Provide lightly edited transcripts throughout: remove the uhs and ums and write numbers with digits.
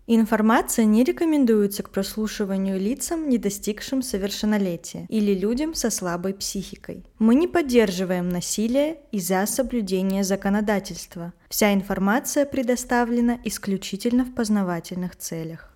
Информация не рекомендуется к прослушиванию лицам, не достигшим совершеннолетия, или людям со слабой психикой. Мы не поддерживаем насилие и за соблюдение законодательства. Вся информация предоставлена исключительно в познавательных целях.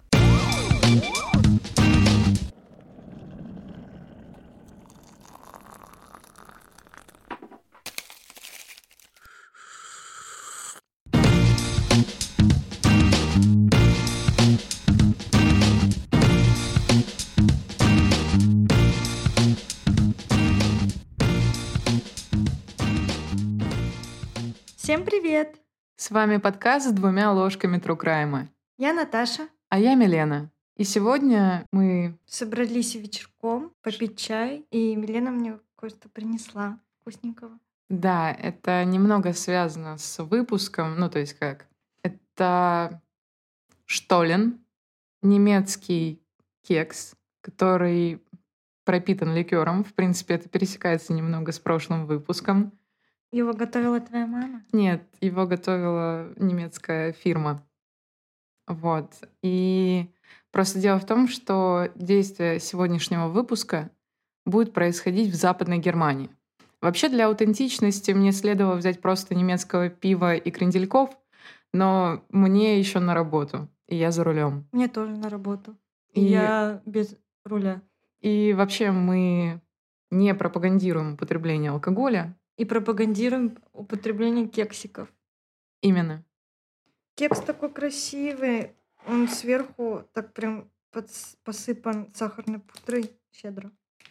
Всем привет! С вами подкаст с 2 ложками True Crime. Я Наташа. А я Милена. И сегодня мы Собрались вечерком попить чай, и Милена мне кое-что принесла вкусненького. Да, это немного связано с выпуском. Ну, то есть как? Это штолен, немецкий кекс, который пропитан ликером. В принципе, это пересекается немного с прошлым выпуском. Его готовила твоя мама? Нет, его готовила немецкая фирма. Вот. И просто дело в том, что действие сегодняшнего выпуска будет происходить в Западной Германии. Вообще для аутентичности мне следовало взять просто немецкого пива и крендельков, но мне еще на работу, и я за рулем. Мне тоже на работу. И- Я без руля. И вообще мы не пропагандируем употребление алкоголя. И пропагандируем употребление кексиков. Именно. Кекс такой красивый. Он сверху так прям посыпан сахарной пудрой щедро.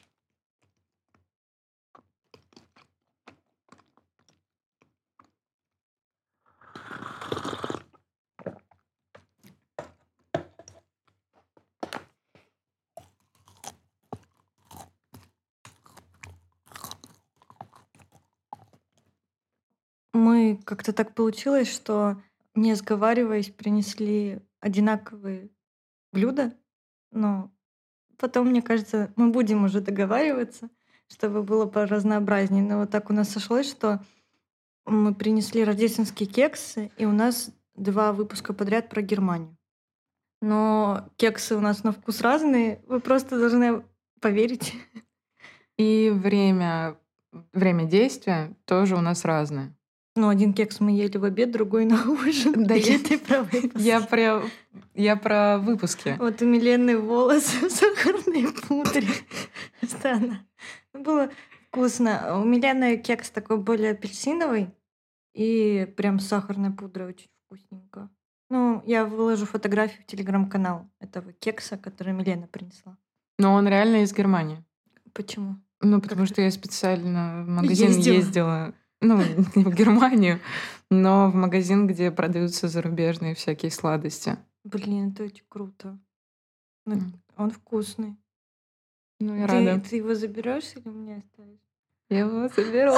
Мы как-то так получилось, что, не сговариваясь, принесли одинаковые блюда, но потом, мне кажется, мы будем уже договариваться, чтобы было поразнообразнее. Но вот так у нас сошлось, что мы принесли рождественские кексы, и у нас 2 выпуска подряд про Германию. Но кексы у нас на вкус разные, вы просто должны поверить. И время действия тоже у нас разное. Ну, один кекс мы ели в обед, другой на ужин. Да, Или ты про выпуск? Я про выпуски. Вот у Милены волосы в сахарной пудре. Странно. Было вкусно. У Милены кекс такой более апельсиновый и прям с сахарной пудрой очень вкусненько. Ну, я выложу фотографию в телеграм-канал этого кекса, который Милена принесла. Но он реально из Германии. Почему? Ну, потому что я специально в магазин Ездила. ездила. Ну, не в Германию, но в магазин, где продаются зарубежные всякие сладости. Блин, это очень круто. Ну, он вкусный. Ну, я рада. Ты его заберешь или мне оставишь? Я его заберу.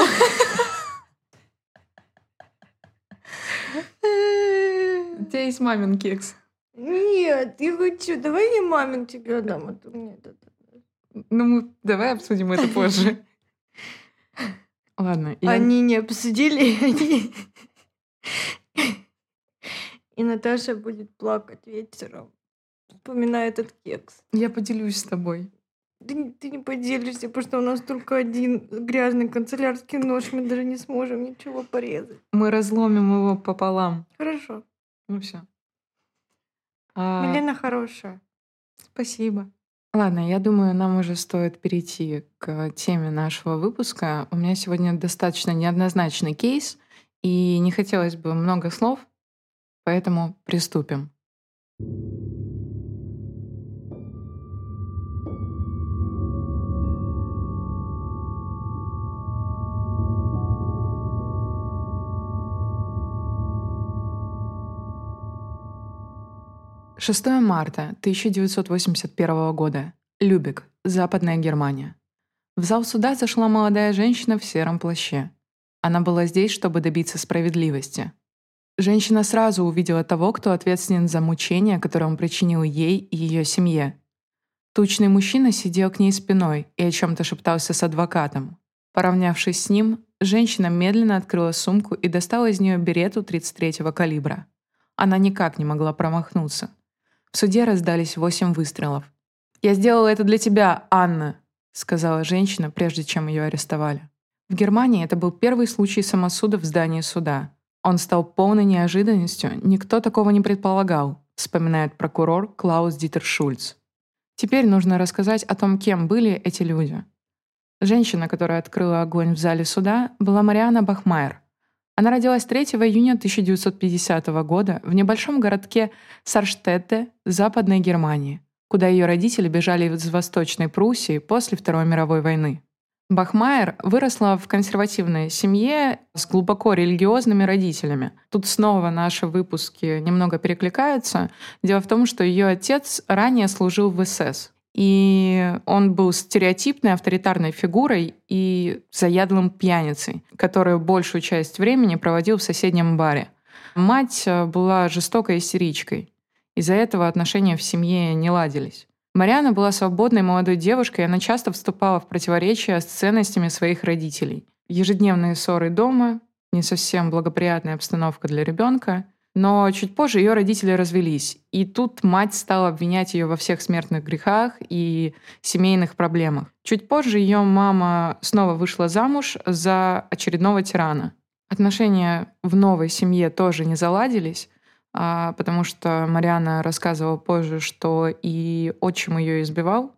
У тебя есть мамин кекс. Нет, я хочу. Давай я мамин тебе отдам, а то мне это. Ну, давай обсудим это позже. Ладно. Они не обсудили, они... И Наташа будет плакать вечером, вспоминая этот кекс. Я поделюсь с тобой. Ты не поделишься, потому что у нас только один грязный канцелярский нож, мы даже не сможем ничего порезать. Мы разломим его пополам. Хорошо. Ну все. Милена хорошая. Спасибо. Ладно, я думаю, нам уже стоит перейти к теме нашего выпуска. У меня сегодня достаточно неоднозначный кейс, и не хотелось бы много слов, поэтому приступим. 6 марта 1981 года. Любек, Западная Германия. В зал суда зашла молодая женщина в сером плаще. Она была здесь, чтобы добиться справедливости. Женщина сразу увидела того, кто ответственен за мучения, которые он причинил ей и ее семье. Тучный мужчина сидел к ней спиной и о чем-то шептался с адвокатом. Поравнявшись с ним, женщина медленно открыла сумку и достала из нее берету 33-го калибра. Она никак не могла промахнуться. В суде раздались 8 выстрелов. «Я сделала это для тебя, Анна», — сказала женщина, прежде чем ее арестовали. В Германии это был первый случай самосуда в здании суда. Он стал полной неожиданностью, никто такого не предполагал, вспоминает прокурор Клаус Дитер Шульц. Теперь нужно рассказать о том, кем были эти люди. Женщина, которая открыла огонь в зале суда, была Марианна Бахмайер. Она родилась 3 июня 1950 года в небольшом городке Сарштетте, Западной Германии, куда ее родители бежали из Восточной Пруссии после Второй мировой войны. Бахмайер выросла в консервативной семье с глубоко религиозными родителями. Тут снова наши выпуски немного перекликаются. Дело в том, что ее отец ранее служил в СС. И он был стереотипной авторитарной фигурой и заядлым пьяницей, который большую часть времени проводил в соседнем баре. Мать была жестокой истеричкой. Из-за этого отношения в семье не ладились. Марианна была свободной молодой девушкой, и она часто вступала в противоречия с ценностями своих родителей. Ежедневные ссоры дома, не совсем благоприятная обстановка для ребенка. Но чуть позже ее родители развелись, и тут мать стала обвинять ее во всех смертных грехах и семейных проблемах. Чуть позже ее мама снова вышла замуж за очередного тирана. Отношения в новой семье тоже не заладились, потому что Марианна рассказывала позже, что и отчим ее избивал,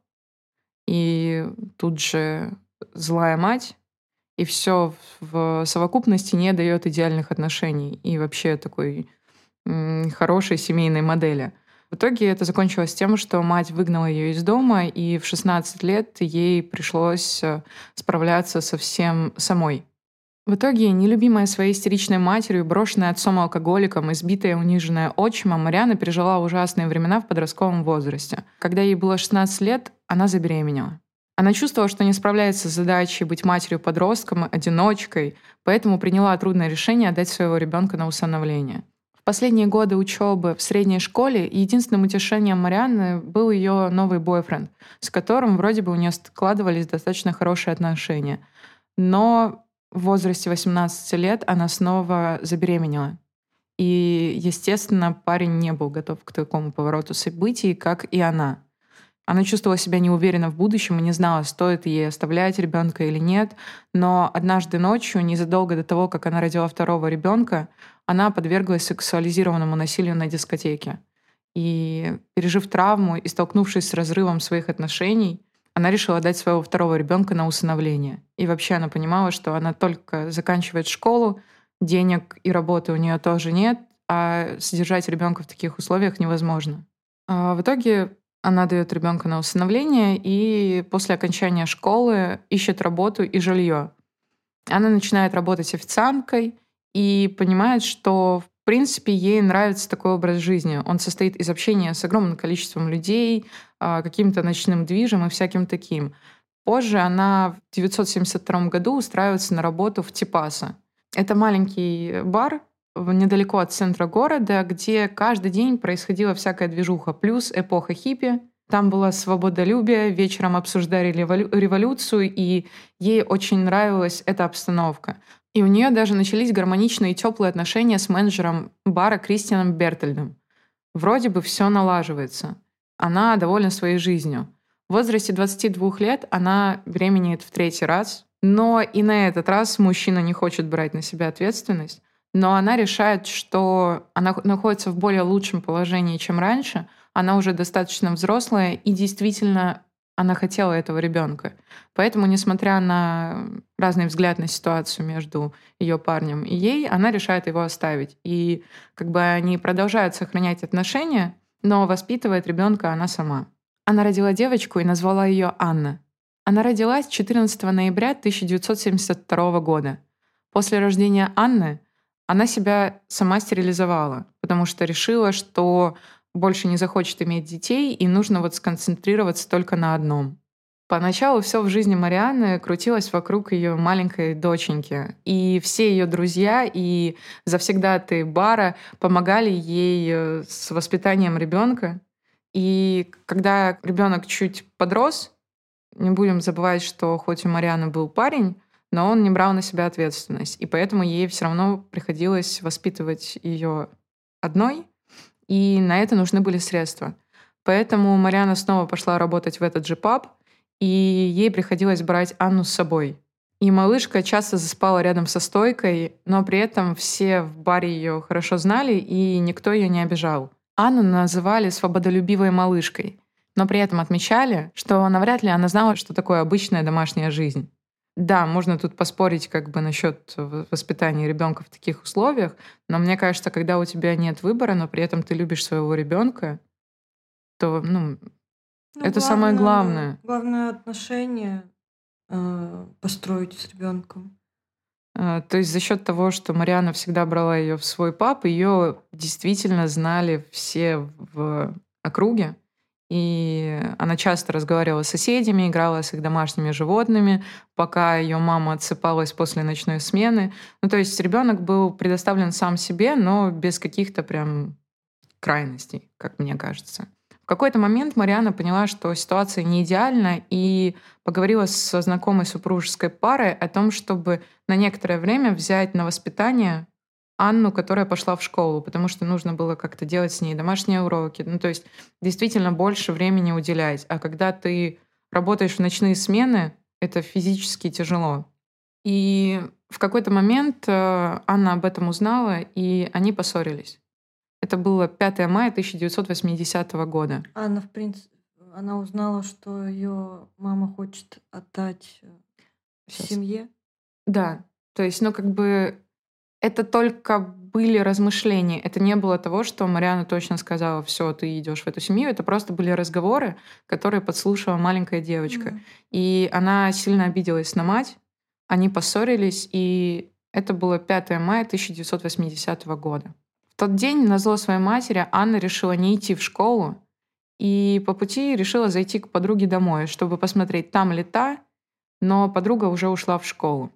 и тут же злая мать, и все в совокупности не дает идеальных отношений и вообще такой хорошей семейной модели. В итоге это закончилось тем, что мать выгнала ее из дома, и в 16 лет ей пришлось справляться со всем самой. В итоге, нелюбимая своей истеричной матерью, брошенная отцом-алкоголиком, избитая и униженная отчимом, Марианна пережила ужасные времена в подростковом возрасте. Когда ей было 16 лет, она забеременела. Она чувствовала, что не справляется с задачей быть матерью-подростком, одиночкой, поэтому приняла трудное решение отдать своего ребенка на усыновление. В последние годы учебы в средней школе единственным утешением Марианны был ее новый бойфренд, с которым вроде бы у нее складывались достаточно хорошие отношения. Но в возрасте 18 лет она снова забеременела. И, естественно, парень не был готов к такому повороту событий, как и она. Она чувствовала себя неуверенно в будущем и не знала, стоит ей оставлять ребенка или нет. Но однажды ночью, незадолго до того, как она родила второго ребенка, она подверглась сексуализированному насилию на дискотеке. И, пережив травму и столкнувшись с разрывом своих отношений, она решила дать своего второго ребенка на усыновление. И вообще она понимала, что она только заканчивает школу, денег и работы у нее тоже нет, а содержать ребенка в таких условиях невозможно. В итоге она дает ребенка на усыновление и после окончания школы ищет работу и жилье. Она начинает работать официанткой и понимает, что в принципе ей нравится такой образ жизни. Он состоит из общения с огромным количеством людей, каким-то ночным движем и всяким таким. Позже она в 1972 году устраивается на работу в Типаса. Это маленький бар недалеко от центра города, где каждый день происходила всякая движуха. Плюс эпоха хиппи. Там была свободолюбие, вечером обсуждали революцию, и ей очень нравилась эта обстановка. И у нее даже начались гармоничные и теплые отношения с менеджером бара Кристианом Бертельдом. Вроде бы все налаживается. Она довольна своей жизнью. В возрасте 22 лет она беременеет в 3-й раз, но и на этот раз мужчина не хочет брать на себя ответственность. Но она решает, что она находится в более лучшем положении, чем раньше. Она уже достаточно взрослая, и действительно она хотела этого ребенка. Поэтому, несмотря на разный взгляд на ситуацию между ее парнем и ей, она решает его оставить. И как бы они продолжают сохранять отношения, но воспитывает ребенка она сама. Она родила девочку и назвала ее Анна. Она родилась 14 ноября 1972 года. После рождения Анны она себя сама стерилизовала, потому что решила, что больше не захочет иметь детей, и нужно вот сконцентрироваться только на одном. Поначалу все в жизни Марианны крутилось вокруг ее маленькой доченьки. И все ее друзья и завсегдатые бара помогали ей с воспитанием ребенка. И когда ребенок чуть подрос, не будем забывать, что хоть у Марианны был парень, но он не брал на себя ответственность. И поэтому ей все равно приходилось воспитывать ее одной, и на это нужны были средства. Поэтому Мариана снова пошла работать в этот же паб, и ей приходилось брать Анну с собой. И малышка часто заспала рядом со стойкой, но при этом все в баре ее хорошо знали, и никто ее не обижал. Анну называли свободолюбивой малышкой, но при этом отмечали, что навряд ли она знала, что такое обычная домашняя жизнь. Да, можно тут поспорить как бы насчет воспитания ребенка в таких условиях, но мне кажется, когда у тебя нет выбора, но при этом ты любишь своего ребенка, то, Ну, это самое главное, главное. главное отношения построить с ребенком. То есть за счет того, что Мариана всегда брала ее в свой паб, ее действительно знали все в округе. И она часто разговаривала с соседями, играла с их домашними животными, пока ее мама отсыпалась после ночной смены. Ну, то есть ребенок был предоставлен сам себе, но без каких-то прям крайностей, как мне кажется. В какой-то момент Мариана поняла, что ситуация не идеальна, и поговорила со знакомой супружеской парой о том, чтобы на некоторое время взять на воспитание Анну, которая пошла в школу, потому что нужно было как-то делать с ней домашние уроки. Ну, то есть действительно больше времени уделять. А когда ты работаешь в ночные смены, это физически тяжело. И в какой-то момент Анна об этом узнала, и они поссорились. Это было 5 мая 1980 года. Она, в принципе, она узнала, что ее мама хочет отдать Щас. семье. Да, то есть, как бы это только были размышления. Это не было того, что Мариана точно сказала: все, ты идешь в эту семью. Это просто были разговоры, которые подслушала маленькая девочка. Мгм. И она сильно обиделась на мать. Они поссорились, и это было 5 мая 1980 года. В тот день, назло своей матери, Анна решила не идти в школу и по пути решила зайти к подруге домой, чтобы посмотреть, там ли та, но подруга уже ушла в школу.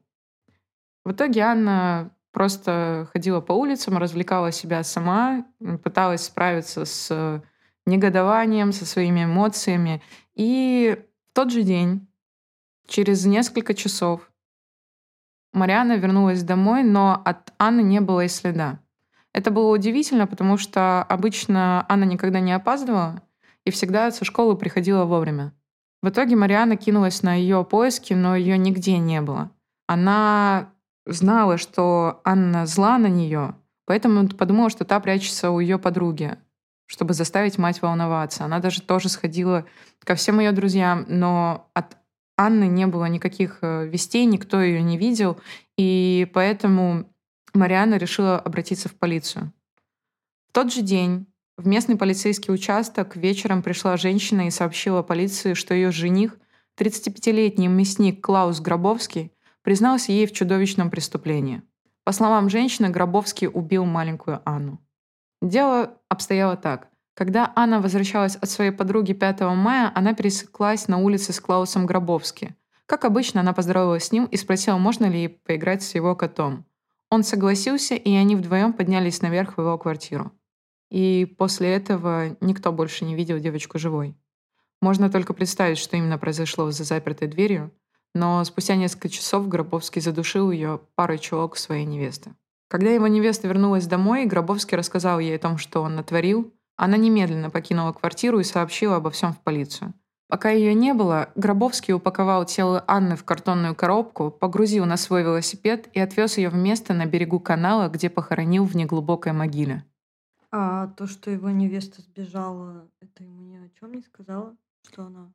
В итоге Анна просто ходила по улицам, развлекала себя сама, пыталась справиться с негодованием, со своими эмоциями. И в тот же день, через несколько часов, Марианна вернулась домой, но от Анны не было и следа. Это было удивительно, потому что обычно Анна никогда не опаздывала и всегда со школы приходила вовремя. В итоге Марианна кинулась на ее поиски, но ее нигде не было. Она знала, что Анна зла на нее, поэтому подумала, что та прячется у ее подруги, чтобы заставить мать волноваться. Она даже тоже сходила ко всем ее друзьям, но от Анны не было никаких вестей, никто ее не видел, и поэтому Марианна решила обратиться в полицию. В тот же день в местный полицейский участок вечером пришла женщина и сообщила полиции, что ее жених, 35-летний мясник Клаус Гробовский, признался ей в чудовищном преступлении. По словам женщины, Гробовский убил маленькую Анну. Дело обстояло так. Когда Анна возвращалась от своей подруги 5 мая, она пересеклась на улице с Клаусом Гробовски. Как обычно, она поздоровалась с ним и спросила, можно ли ей поиграть с его котом. Он согласился, и они вдвоем поднялись наверх в его квартиру. И после этого никто больше не видел девочку живой. Можно только представить, что именно произошло за запертой дверью, но спустя несколько часов Гробовский задушил ее парой чулок своей невесты. Когда его невеста вернулась домой, Гробовский рассказал ей о том, что он натворил. Она немедленно покинула квартиру и сообщила обо всем в полицию. Пока ее не было, Гробовский упаковал тело Анны в картонную коробку, погрузил на свой велосипед и отвез ее в место на берегу канала, где похоронил в неглубокой могиле. А то, что его невеста сбежала, это ему ни о чем не сказала, что она,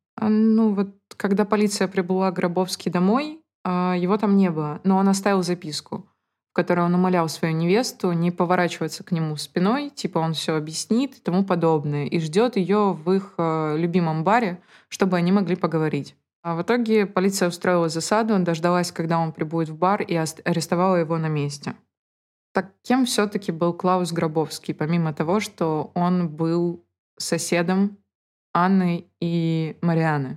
Вот когда полиция прибыла к Гробовски домой, его там не было, но он оставил записку, в которой он умолял свою невесту не поворачиваться к нему спиной, типа он все объяснит и тому подобное, и ждет ее в их любимом баре, чтобы они могли поговорить. А в итоге полиция устроила засаду, дождалась, когда он прибудет в бар, и арестовала его на месте. Так кем все-таки был Клаус Гробовский, помимо того, что он был соседом Анны и Марианы?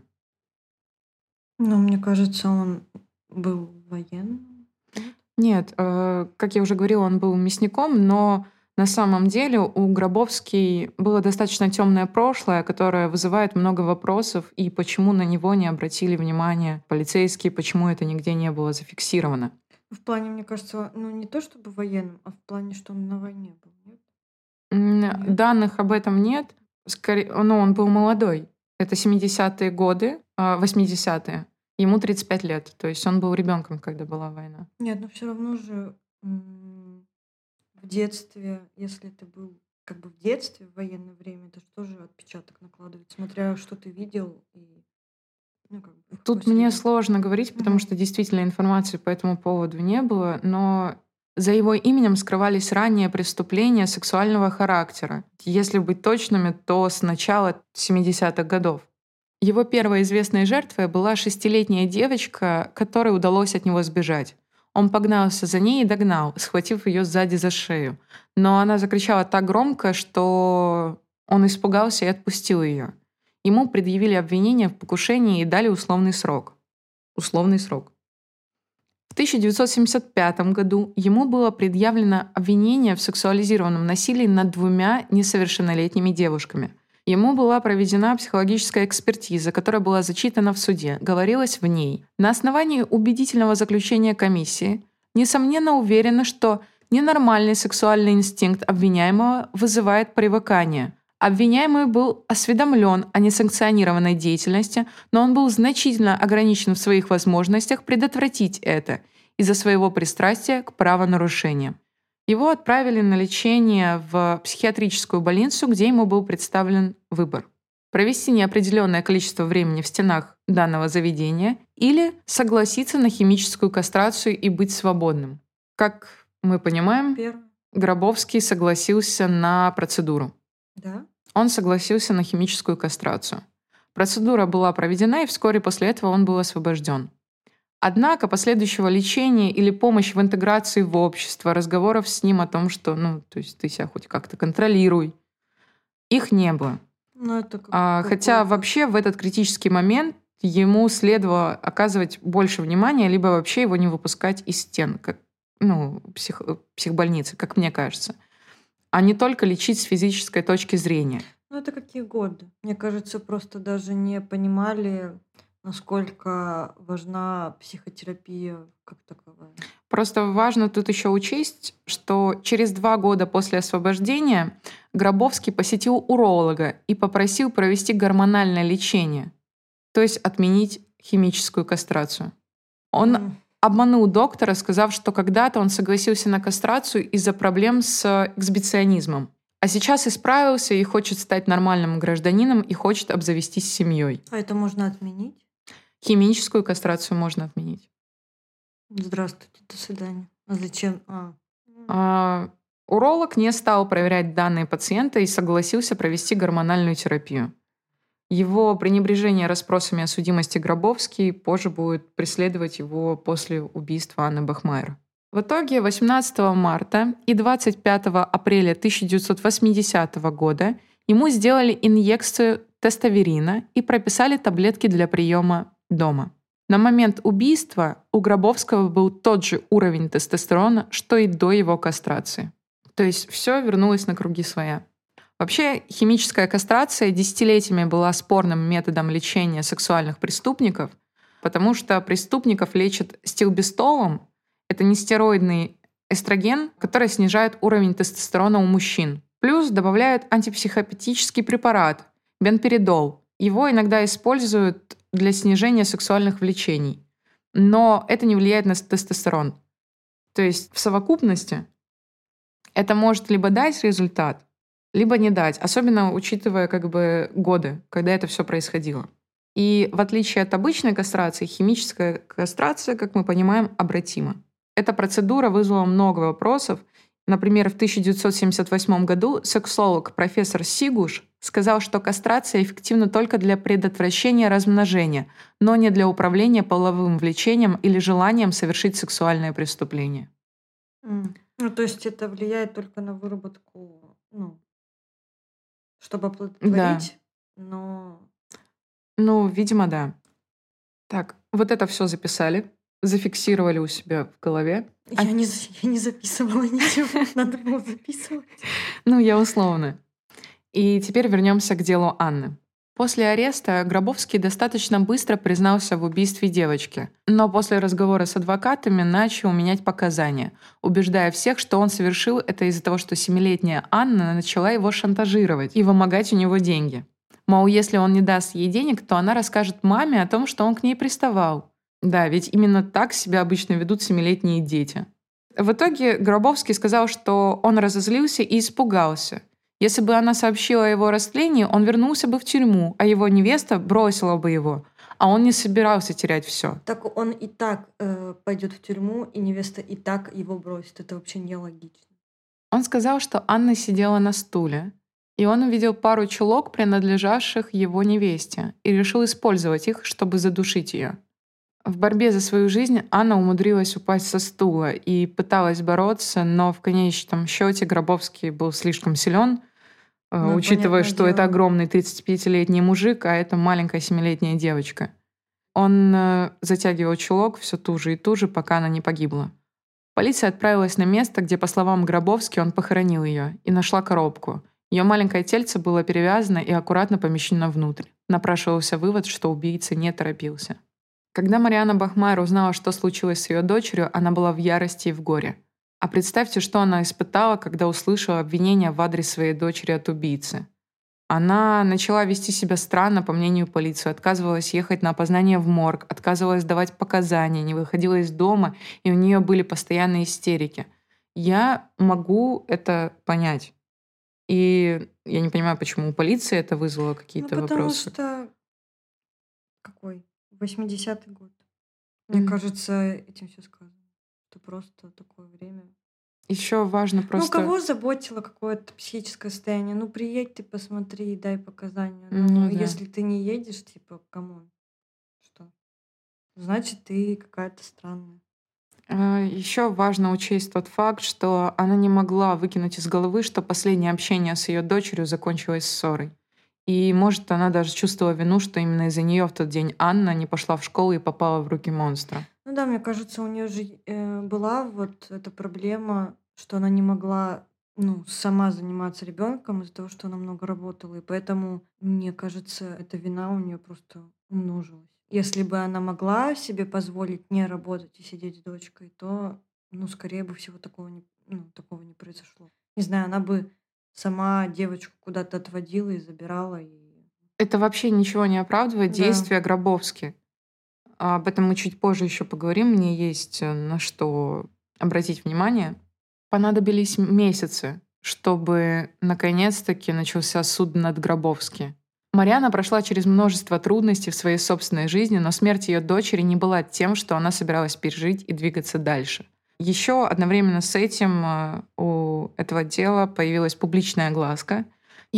мне кажется, он был военным. Нет? Нет, как я уже говорила, он был мясником, но на самом деле у Гробовски было достаточно темное прошлое, которое вызывает много вопросов, и почему на него не обратили внимания полицейские, почему это нигде не было зафиксировано. В плане, мне кажется, не то чтобы военным, а в плане, что он на войне был, нет? Нет? Данных об этом нет. Скорее, ну, он был молодой. Это 70-е годы, 80-е. Ему 35 лет. То есть он был ребенком, когда была война. Нет, но все равно же в детстве, если ты был как бы в детстве, в военное время, это же тоже отпечаток накладывает, смотря что ты видел и ну, как бы в какой Тут мне среде. сложно говорить, потому что действительно информации по этому поводу не было, но за его именем скрывались ранние преступления сексуального характера. Если быть точными, то с начала 70-х годов. Его первой известной жертвой была шестилетняя девочка, которой удалось от него сбежать. Он погнался за ней и догнал, схватив ее сзади за шею. Но она закричала так громко, что он испугался и отпустил ее. Ему предъявили обвинение в покушении и дали условный срок. Условный срок. В 1975 году ему было предъявлено обвинение в сексуализированном насилии над 2 несовершеннолетними девушками. Ему была проведена психологическая экспертиза, которая была зачитана в суде. Говорилось в ней: на основании убедительного заключения комиссии, несомненно уверено, что ненормальный сексуальный инстинкт обвиняемого вызывает привыкание. Обвиняемый был осведомлен о несанкционированной деятельности, но он был значительно ограничен в своих возможностях предотвратить это из-за своего пристрастия к правонарушениям. Его отправили на лечение в психиатрическую больницу, где ему был представлен выбор: провести неопределенное количество времени в стенах данного заведения или согласиться на химическую кастрацию и быть свободным. Как мы понимаем, Первое. Гробовский согласился на процедуру. Да? Он согласился на химическую кастрацию. Процедура была проведена, и вскоре после этого он был освобожден. Однако последующего лечения или помощи в интеграции в общество, разговоров с ним о том, что, то есть ты себя хоть как-то контролируй, их не было. Ну, это Хотя какой-то... вообще в этот критический момент ему следовало оказывать больше внимания, либо вообще его не выпускать из стен, как, психбольницы, как мне кажется, а не только лечить с физической точки зрения. Ну, это какие годы? Мне кажется, просто даже не понимали, насколько важна психотерапия как таковая. Просто важно тут еще учесть, что через 2 года после освобождения Гробовский посетил уролога и попросил провести гормональное лечение, то есть отменить химическую кастрацию. Он обманул доктора, сказав, что когда-то он согласился на кастрацию из-за проблем с эксбиционизмом, а сейчас исправился и хочет стать нормальным гражданином и хочет обзавестись семьей. А это можно отменить? Химическую кастрацию можно отменить. Здравствуйте, до свидания. А зачем? Уролог не стал проверять данные пациента и согласился провести гормональную терапию. Его пренебрежение расспросами о судимости Гробовский позже будет преследовать его после убийства Анны Бахмайер. В итоге 18 марта и 25 апреля 1980 года ему сделали инъекцию тестоверина и прописали таблетки для приема дома. На момент убийства у Гробовского был тот же уровень тестостерона, что и до его кастрации. То есть все вернулось на круги своя. Вообще, химическая кастрация десятилетиями была спорным методом лечения сексуальных преступников, потому что преступников лечат стилбестолом. Это нестероидный эстроген, который снижает уровень тестостерона у мужчин. Плюс добавляют антипсихотический препарат – бенперидол. Его иногда используют для снижения сексуальных влечений. Но это не влияет на тестостерон. То есть в совокупности это может либо дать результат, либо не дать, особенно учитывая годы, когда это все происходило. И в отличие от обычной кастрации, химическая кастрация, как мы понимаем, обратима. Эта процедура вызвала много вопросов. Например, в 1978 году сексолог профессор Сигуш сказал, что кастрация эффективна только для предотвращения размножения, но не для управления половым влечением или желанием совершить сексуальное преступление. Ну, то есть это влияет только на выработку, чтобы оплодотворить, но... Видимо, да. Так, вот это все записали, зафиксировали у себя в голове. Я не записывала ничего, надо было записывать. Я условно. И теперь вернемся к делу Анны. После ареста Гробовский достаточно быстро признался в убийстве девочки, но после разговора с адвокатами начал менять показания, убеждая всех, что он совершил это из-за того, что семилетняя Анна начала его шантажировать и вымогать у него деньги. Мол, если он не даст ей денег, то она расскажет маме о том, что он к ней приставал. Да, ведь именно так себя обычно ведут семилетние дети. В итоге Гробовский сказал, что он разозлился и испугался. Если бы она сообщила о его растлении, он вернулся бы в тюрьму, а его невеста бросила бы его. А он не собирался терять все. Так он и так пойдет в тюрьму, и невеста и так его бросит. Это вообще нелогично. Он сказал, что Анна сидела на стуле, и он увидел пару чулок, принадлежавших его невесте, и решил использовать их, чтобы задушить ее. В борьбе за свою жизнь Анна умудрилась упасть со стула и пыталась бороться, но в конечном счете Гробовский был слишком силен, Ну, учитывая, понятное что это дело. огромный 35-летний мужик, а это маленькая 7-летняя девочка. Он затягивал чулок все туже и туже, пока она не погибла. Полиция отправилась на место, где, по словам Гробовски, он похоронил ее, и нашла коробку. Ее маленькое тельце было перевязано и аккуратно помещено внутрь. Напрашивался вывод, что убийца не торопился. Когда Марианна Бахмайер узнала, что случилось с ее дочерью, она была в ярости и в горе. А представьте, что она испытала, когда услышала обвинения в адрес своей дочери от убийцы. Она начала вести себя странно, по мнению полиции, отказывалась ехать на опознание в морг, отказывалась давать показания, не выходила из дома, и у нее были постоянные истерики. Я могу это понять. И я не понимаю, почему у полиции это вызвало Ну, какие-то потому вопросы. что какой? 80-й год. Мне кажется, этим все сказано. Это просто такое время. Еще важно Ну, просто... кого заботило какое-то психическое состояние? Ну, приедь ты, посмотри и дай показания. Ну Ну, да. если ты не едешь, типа, камон, что? Значит, ты какая-то странная. Еще важно учесть тот факт, что она не могла выкинуть из головы, что последнее общение с ее дочерью закончилось ссорой. И, может, она даже чувствовала вину, что именно из-за нее в тот день Анна не пошла в школу и попала в руки монстра. Ну да, мне кажется, у нее же была вот эта проблема, что она не могла, ну, сама заниматься ребенком из-за того, что она много работала. И поэтому, мне кажется, эта вина у нее просто умножилась. Если бы она могла себе позволить не работать и сидеть с дочкой, то, ну, скорее бы всего такого не произошло. Не знаю, она бы сама девочку куда-то отводила и забирала. Это вообще ничего не оправдывает Да. действия Гробовски. Об этом мы чуть позже еще поговорим. Мне есть на что обратить внимание. Понадобились месяцы, чтобы наконец-таки начался суд над Гробовски. Марианна прошла через множество трудностей в своей собственной жизни, но смерть ее дочери не была тем, что она собиралась пережить и двигаться дальше. Еще одновременно с этим у этого дела появилась публичная огласка,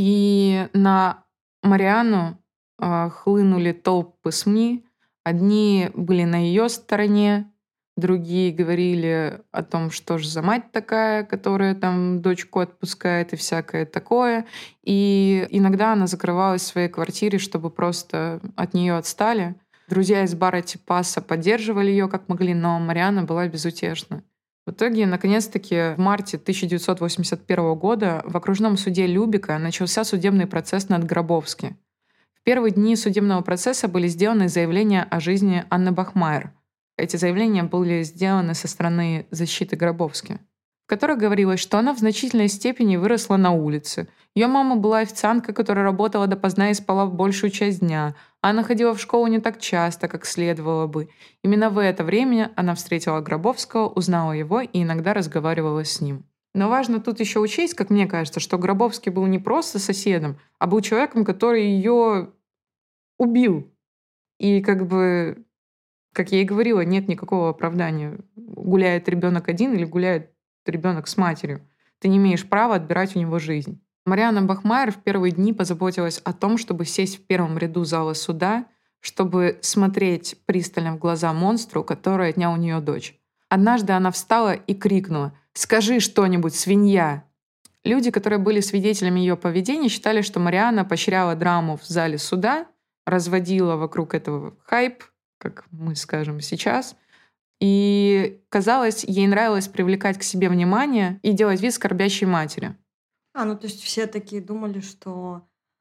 и на Марианну хлынули толпы СМИ. Одни были на ее стороне, другие говорили о том, что же за мать такая, которая там дочку отпускает и всякое такое. И иногда она закрывалась в своей квартире, чтобы просто от нее отстали. Друзья из бара Типаса поддерживали ее как могли, но Марианна была безутешна. В итоге, наконец-таки, в марте 1981 года в окружном суде Любека начался судебный процесс над Гробовски. В первые дни судебного процесса были сделаны заявления о жизни Анны Бахмайер. Эти заявления были сделаны со стороны защиты Гробовски, в которых говорилось, что она в значительной степени выросла на улице. Ее мама была официанткой, которая работала допоздна и спала большую часть дня. Она ходила в школу не так часто, как следовало бы. Именно в это время она встретила Гробовского, узнала его и иногда разговаривала с ним. Но важно тут еще учесть, как мне кажется, что Гробовский был не просто соседом, а был человеком, который ее убил. И как я и говорила, нет никакого оправдания. Гуляет ребенок один или гуляет ребенок с матерью. Ты не имеешь права отбирать у него жизнь. Марианна Бахмайер в первые дни позаботилась о том, чтобы сесть в первом ряду зала суда, чтобы смотреть пристально в глаза монстру, который отнял у нее дочь. Однажды она встала и крикнула: «Скажи что-нибудь, свинья!». Люди, которые были свидетелями ее поведения, считали, что Марианна поощряла драму в зале суда, разводила вокруг этого хайп, как мы скажем сейчас. И, казалось, ей нравилось привлекать к себе внимание и делать вид скорбящей матери. Ну то есть все такие думали, что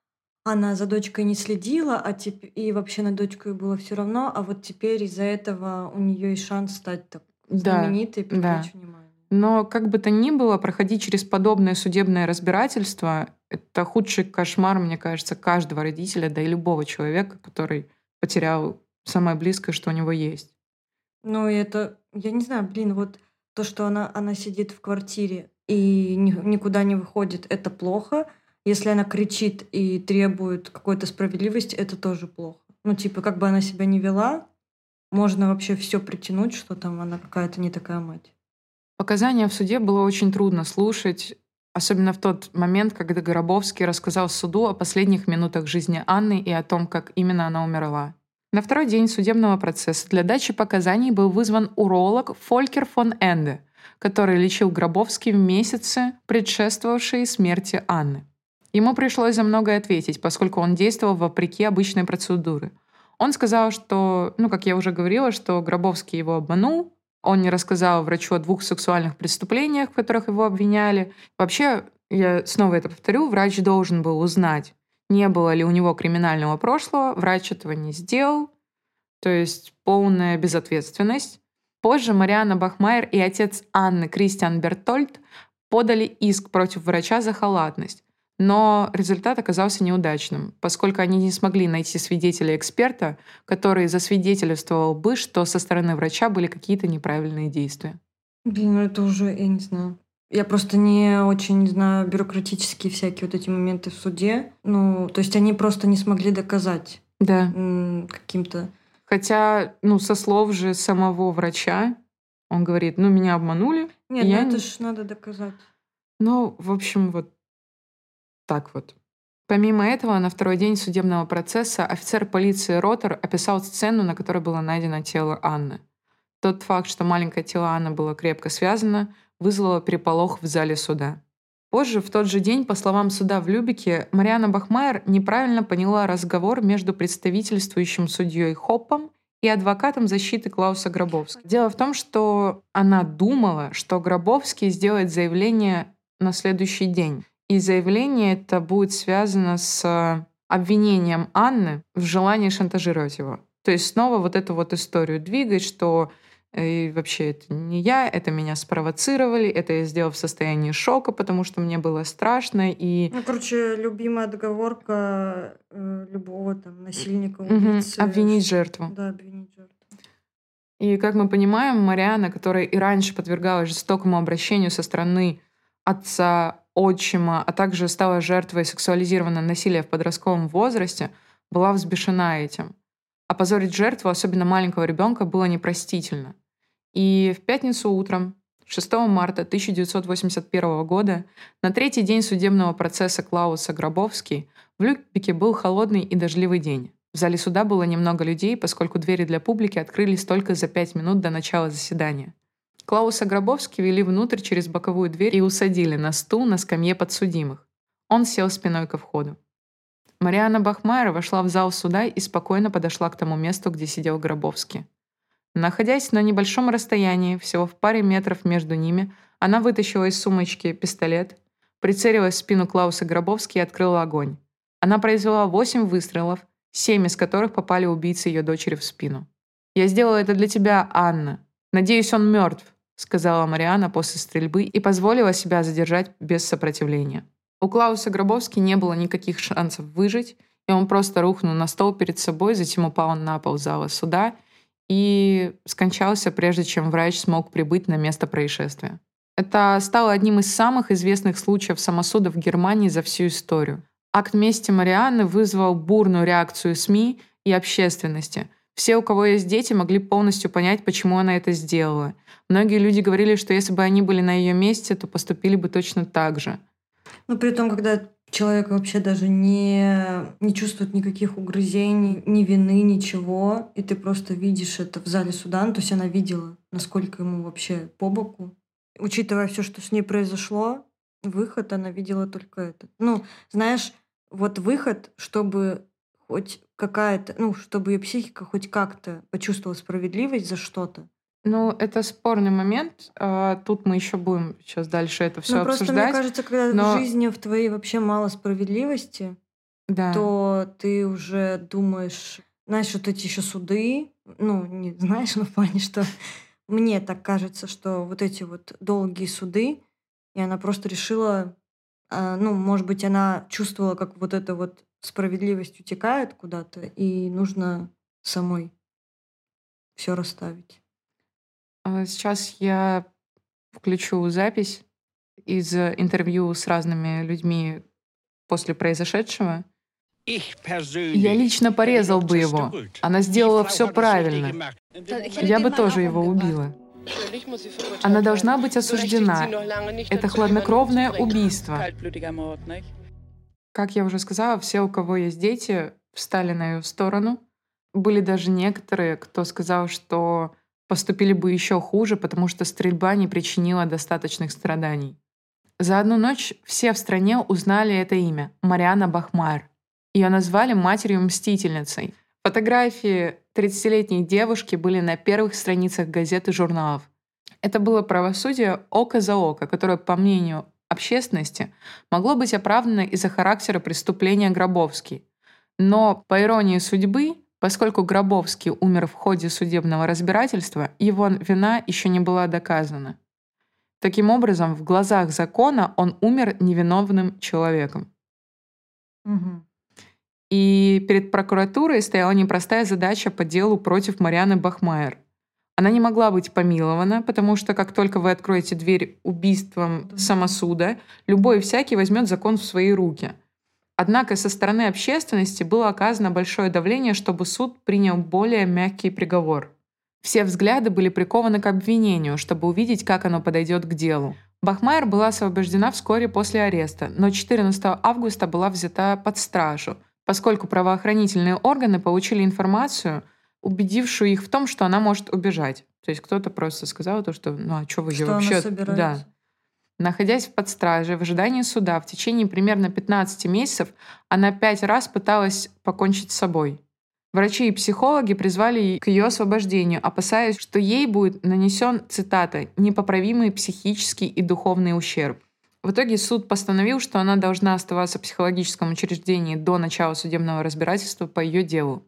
она за дочкой не следила, и вообще над дочкой было все равно, а вот теперь из-за этого у нее есть шанс стать так Да, знаменитой и да. привлечь внимание. Но как бы то ни было, проходить через подобное судебное разбирательство — это худший кошмар, мне кажется, каждого родителя, да и любого человека, который потерял самое близкое, что у него есть. Ну, и это, я не знаю, блин, вот то, что она сидит в квартире и никуда не выходит, это плохо. Если она кричит и требует какой-то справедливости, это тоже плохо. Ну, типа, как бы она себя не вела, можно вообще все притянуть, что там она какая-то не такая мать. Показания в суде было очень трудно слушать, особенно в тот момент, когда Горобовский рассказал суду о последних минутах жизни Анны и о том, как именно она умерла. На второй день судебного процесса для дачи показаний был вызван уролог Фолькер фон Энде, который лечил Гробовский в месяцы, предшествовавшие смерти Анны. Ему пришлось за многое ответить, поскольку он действовал вопреки обычной процедуре. Он сказал, что, как я уже говорила, что Гробовский его обманул, он не рассказал врачу о 2 сексуальных преступлениях, в которых его обвиняли. Вообще, я снова это повторю, врач должен был узнать, не было ли у него криминального прошлого, врач этого не сделал, то есть полная безответственность. Позже Марианна Бахмайер и отец Анны Кристиан Бертольд подали иск против врача за халатность. Но результат оказался неудачным, поскольку они не смогли найти свидетеля-эксперта, который засвидетельствовал бы, что со стороны врача были какие-то неправильные действия. Блин, ну это уже, я не знаю. Я просто не очень знаю бюрократические всякие вот эти моменты в суде. Ну, то есть они просто не смогли доказать Да. каким-то. Хотя, со слов же самого врача, он говорит, меня обманули. Нет, и ну я это не... ж надо доказать. В общем, вот так вот. Помимо этого, на второй день судебного процесса офицер полиции Ротер описал сцену, на которой было найдено тело Анны. Тот факт, что маленькое тело Анны было крепко связано, вызвало переполох в зале суда. Позже, в тот же день, по словам суда в Любеке, Марианна Бахмайер неправильно поняла разговор между представительствующим судьей Хоппом и адвокатом защиты Клауса Гробовского. Дело в том, что она думала, что Гробовский сделает заявление на следующий день. И заявление это будет связано с обвинением Анны в желании шантажировать его. То есть снова вот эту вот историю двигать, что и вообще это не я, это меня спровоцировали, это я сделал в состоянии шока, потому что мне было страшно. И Ну, короче, любимая отговорка любого там насильника, убийцы. обвинить жертву. Да, обвинить жертву. И, как мы понимаем, Марианна, которая и раньше подвергалась жестокому обращению со стороны отца, отчима, а также стала жертвой сексуализированного насилия в подростковом возрасте, была взбешена этим. Опозорить жертву, особенно маленького ребенка, было непростительно. И в пятницу утром, 6 марта 1981 года, на третий день судебного процесса Клауса Гробовский, в Любеке был холодный и дождливый день. В зале суда было немного людей, поскольку двери для публики открылись только за 5 минут до начала заседания. Клауса Гробовский вели внутрь через боковую дверь и усадили на стул на скамье подсудимых. Он сел спиной ко входу. Марианна Бахмайер вошла в зал суда и спокойно подошла к тому месту, где сидел Гробовский. Находясь на небольшом расстоянии, всего в паре метров между ними, она вытащила из сумочки пистолет, прицелилась в спину Клауса Гробовски и открыла огонь. Она произвела 8 выстрелов, 7 из которых попали убийце ее дочери в спину. «Я сделала это для тебя, Анна. Надеюсь, он мертв», — сказала Марианна после стрельбы и позволила себя задержать без сопротивления. У Клауса Гробовски не было никаких шансов выжить, и он просто рухнул на стол перед собой, затем упал на пол зала суда и скончался, прежде чем врач смог прибыть на место происшествия. Это стало одним из самых известных случаев самосуда в Германии за всю историю. Акт мести Марианны вызвал бурную реакцию СМИ и общественности. Все, у кого есть дети, могли полностью понять, почему она это сделала. Многие люди говорили, что если бы они были на ее месте, то поступили бы точно так же. Ну, при том, когда человек вообще даже не чувствует никаких угрызений, ни вины, ничего, и ты просто видишь это в зале суда, ну, то есть она видела, насколько ему вообще по боку. Учитывая все, что с ней произошло, выход она видела только этот. Ну, знаешь, вот выход, чтобы хоть какая-то, ну, чтобы ее психика хоть как-то почувствовала справедливость за что-то. Это спорный момент. Тут мы еще будем сейчас дальше это все Ну, просто мне обсуждать. кажется, когда в Но жизни в твоей вообще мало справедливости, Да. то ты уже думаешь, знаешь, вот эти еще суды, ну, не знаешь, но в плане, что мне так кажется, что вот эти вот долгие суды, и она просто решила, ну, может быть, она чувствовала, как вот эта вот справедливость утекает куда-то, и нужно самой все расставить. Сейчас я включу запись из интервью с разными людьми после произошедшего. Я лично порезал бы его. Она сделала все правильно. Я бы тоже его убила. Она должна быть осуждена. Это хладнокровное убийство. Как я уже сказала, все, у кого есть дети, встали на ее сторону. Были даже некоторые, кто сказал, что поступили бы еще хуже, потому что стрельба не причинила достаточных страданий. За одну ночь все в стране узнали это имя — Мариана Бахмайер. Ее назвали матерью-мстительницей. Фотографии 30-летней девушки были на первых страницах газет и журналов. Это было правосудие око за око, которое, по мнению общественности, могло быть оправдано из-за характера преступления Гробовски. Но, по иронии судьбы, поскольку Гробовский умер в ходе судебного разбирательства, его вина еще не была доказана. Таким образом, в глазах закона он умер невиновным человеком. Мгм. И перед прокуратурой стояла непростая задача по делу против Марианы Бахмайер. Она не могла быть помилована, потому что как только вы откроете дверь убийством Да. самосуда, любой и всякий возьмет закон в свои руки. Однако со стороны общественности было оказано большое давление, чтобы суд принял более мягкий приговор. Все взгляды были прикованы к обвинению, чтобы увидеть, как оно подойдет к делу. Бахмайер была освобождена вскоре после ареста, но 14 августа была взята под стражу, поскольку правоохранительные органы получили информацию, убедившую их в том, что она может убежать. То есть кто-то просто сказал то, что ну а что вы ее Что она вообще... Да. собирается? Находясь под стражей в ожидании суда в течение примерно 15 месяцев, она 5 раз пыталась покончить с собой. Врачи и психологи призвали к ее освобождению, опасаясь, что ей будет нанесен, цитата, «непоправимый психический и духовный ущерб». В итоге суд постановил, что она должна оставаться в психологическом учреждении до начала судебного разбирательства по ее делу.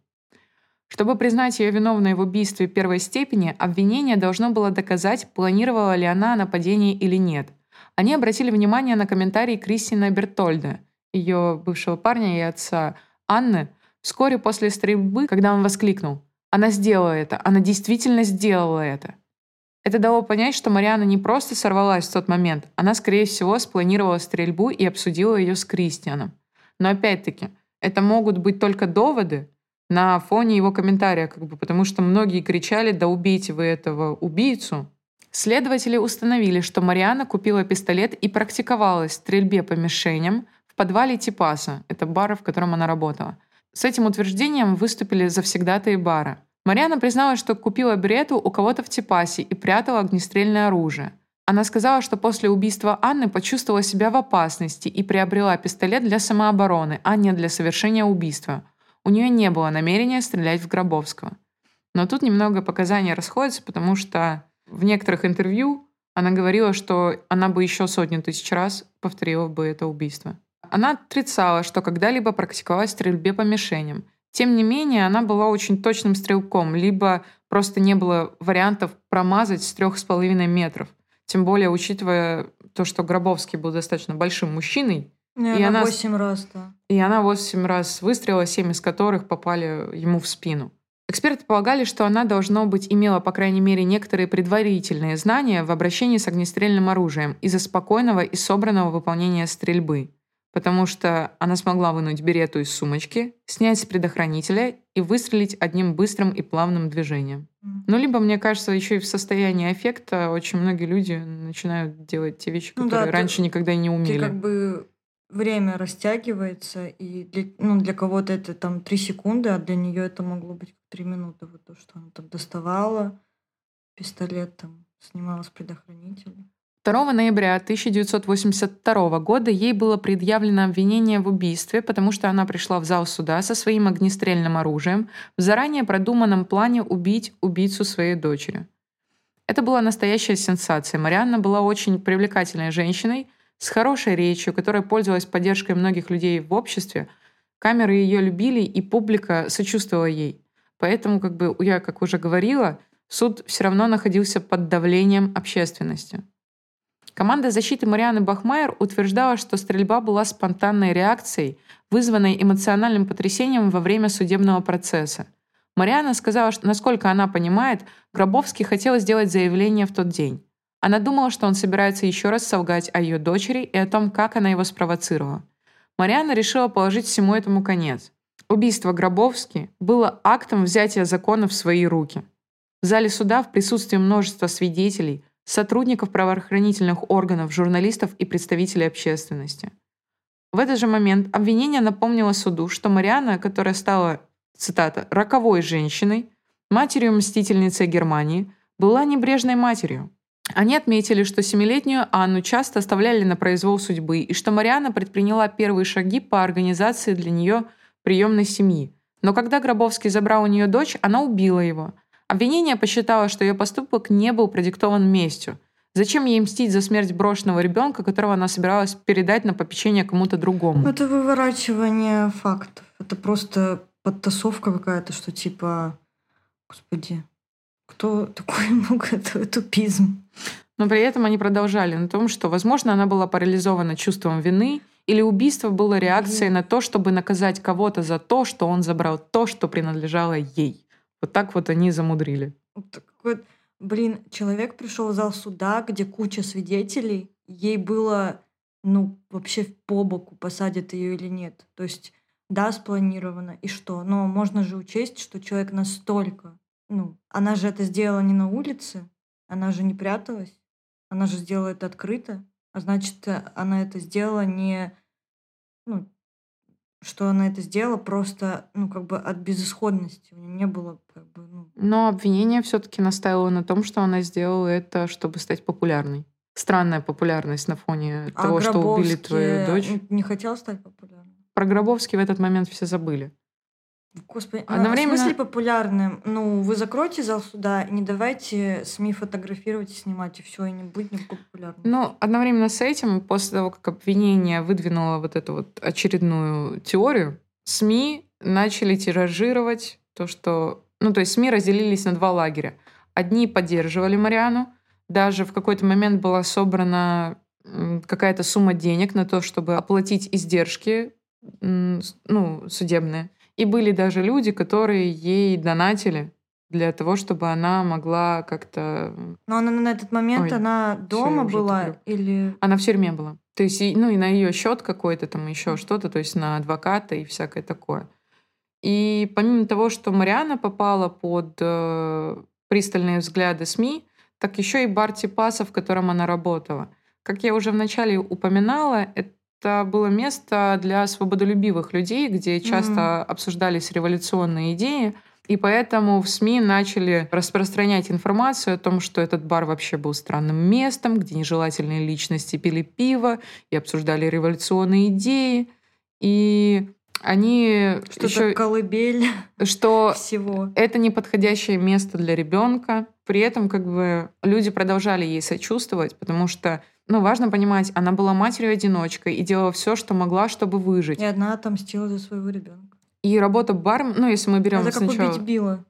Чтобы признать ее виновной в убийстве первой степени, обвинение должно было доказать, планировала ли она нападение или нет. Они обратили внимание на комментарий Кристина Бертольда, ее бывшего парня и отца Анны, вскоре после стрельбы, когда он воскликнул: «Она сделала это! Она действительно сделала это!» Это дало понять, что Мариана не просто сорвалась в тот момент, она, скорее всего, спланировала стрельбу и обсудила ее с Кристианом. Но опять-таки, это могут быть только доводы на фоне его комментария, потому что многие кричали: «Да убейте вы этого убийцу!». Следователи установили, что Мариана купила пистолет и практиковалась в стрельбе по мишеням в подвале Типаса, это бар, в котором она работала. С этим утверждением выступили завсегдатаи бара. Мариана призналась, что купила берету у кого-то в Типасе и прятала огнестрельное оружие. Она сказала, что после убийства Анны почувствовала себя в опасности и приобрела пистолет для самообороны, а не для совершения убийства. У нее не было намерения стрелять в Гробовского. Но тут немного показания расходятся, потому что в некоторых интервью она говорила, что она бы еще сотни тысяч раз повторила бы это убийство. Она отрицала, что когда-либо практиковалась в стрельбе по мишеням. Тем не менее, она была очень точным стрелком, либо просто не было вариантов промазать с 3,5 метров. Тем более, учитывая то, что Гробовский был достаточно большим мужчиной, и Наверно, 8 раз, да. и она 8 раз выстрелила, 7 из которых попали ему в спину. Эксперты полагали, что она, должно быть, имела, по крайней мере, некоторые предварительные знания в обращении с огнестрельным оружием из-за спокойного и собранного выполнения стрельбы, потому что она смогла вынуть берету из сумочки, снять с предохранителя и выстрелить одним быстрым и плавным движением. Ну, либо, мне кажется, еще и в состоянии аффекта очень многие люди начинают делать те вещи, Ну которые да, раньше никогда и не ты умели. как бы время растягивается, и для кого-то это там 3 секунды, а для нее это могло быть 3 минуты. Вот то, что она там доставала пистолет, там снимала с предохранителя. 2 ноября 1982 года ей было предъявлено обвинение в убийстве, потому что она пришла в зал суда со своим огнестрельным оружием в заранее продуманном плане убить убийцу своей дочери. Это была настоящая сенсация. Марианна была очень привлекательной женщиной, с хорошей речью, которая пользовалась поддержкой многих людей в обществе, Камеры ее любили, и публика сочувствовала ей. Поэтому, я, как уже говорила, суд все равно находился под давлением общественности. Команда защиты Марианы Бахмайер утверждала, что стрельба была спонтанной реакцией, вызванной эмоциональным потрясением во время судебного процесса. Мариана сказала, что, насколько она понимает, Гробовский хотел сделать заявление в тот день. Она думала, что он собирается еще раз солгать о ее дочери и о том, как она его спровоцировала. Мариана решила положить всему этому конец. Убийство Гробовски было актом взятия закона в свои руки. В зале суда в присутствии множества свидетелей, сотрудников правоохранительных органов, журналистов и представителей общественности. В этот же момент обвинение напомнило суду, что Мариана, которая стала, цитата, «роковой женщиной», матерью-мстительницей Германии, была небрежной матерью. Они отметили, что 7-летнюю Анну часто оставляли на произвол судьбы и что Мариана предприняла первые шаги по организации для нее приемной семьи. Но когда Гробовский забрал у нее дочь, она убила его. Обвинение посчитало, что ее поступок не был продиктован местью. Зачем ей мстить за смерть брошенного ребенка, которого она собиралась передать на попечение кому-то другому? Это выворачивание фактов. Это просто подтасовка какая-то, что типа, господи, кто такой мог это тупизм? Но при этом они продолжали на том, что, возможно, она была парализована чувством вины, или убийство было реакцией на то, чтобы наказать кого-то за то, что он забрал то, что принадлежало ей. Вот так вот они замудрили. Блин, человек пришел в зал суда, где куча свидетелей, ей было, вообще по боку, посадят ее или нет. То есть, да, спланировано, и что? Но можно же учесть, что человек настолько, она же это сделала не на улице, она же не пряталась, она же сделала это открыто, а значит, она это сделала не, что она это сделала просто, от безысходности. У нее не было, Но обвинение все-таки настаивало на том, что она сделала это, чтобы стать популярной. Странная популярность на фоне того, что убили твою дочь. Не хотел стать популярным. Про Гробовский в этот момент все забыли. Господи, Одновременно... в смысле популярным? Вы закройте зал суда и не давайте СМИ фотографировать и снимать, и все, и не будет никакой популярности. Одновременно с этим, после того, как обвинение выдвинуло вот эту вот очередную теорию, СМИ начали тиражировать то, что... то есть СМИ разделились на два лагеря. Одни поддерживали Мариану, даже в какой-то момент была собрана какая-то сумма денег на то, чтобы оплатить издержки, судебные. И были даже люди, которые ей донатили для того, чтобы она могла как-то... Но она на этот момент, она дома была или... Она в тюрьме была. То есть, и на ее счет какой-то там еще что-то, то есть на адвоката и всякое такое. И помимо того, что Мариана попала под пристальные взгляды СМИ, так еще и бар Типаса, в котором она работала. Как я уже вначале упоминала, это было место для свободолюбивых людей, где часто обсуждались революционные идеи, и поэтому в СМИ начали распространять информацию о том, что этот бар вообще был странным местом, где нежелательные личности пили пиво и обсуждали революционные идеи. И они что-то колыбель, что всего. Это неподходящее место для ребенка. При этом люди продолжали ей сочувствовать, потому что важно понимать, она была матерью-одиночкой и делала все, что могла, чтобы выжить. И одна отомстила за своего ребенка. И работа бармен, если мы берем это сначала... как убить Билла.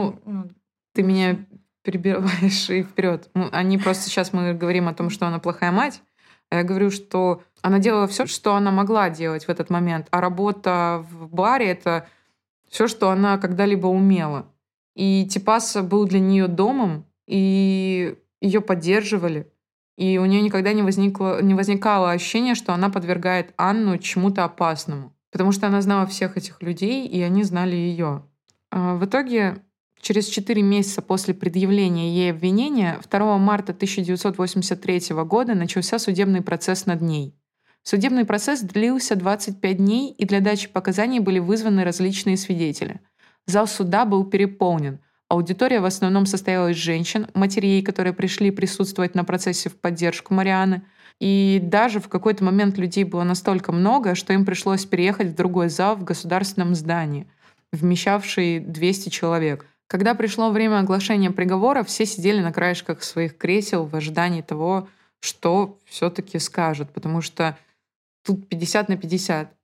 Ты меня перебиваешь и вперед. Они просто сейчас мы говорим о том, что она плохая мать. А я говорю, что она делала все, что она могла делать в этот момент. А работа в баре — это все, что она когда-либо умела. И Типас был для нее домом, и ее поддерживали. И у нее никогда не возникало ощущения, что она подвергает Анну чему-то опасному. Потому что она знала всех этих людей, и они знали ее. В итоге, через 4 месяца после предъявления ей обвинения, 2 марта 1983 года начался судебный процесс над ней. Судебный процесс длился 25 дней, и для дачи показаний были вызваны различные свидетели. Зал суда был переполнен. Аудитория в основном состояла из женщин, матерей, которые пришли присутствовать на процессе в поддержку Марианы. И даже в какой-то момент людей было настолько много, что им пришлось переехать в другой зал в государственном здании, вмещавший 200 человек. Когда пришло время оглашения приговора, все сидели на краешках своих кресел в ожидании того, что все-таки скажут, потому что тут 50 на 50.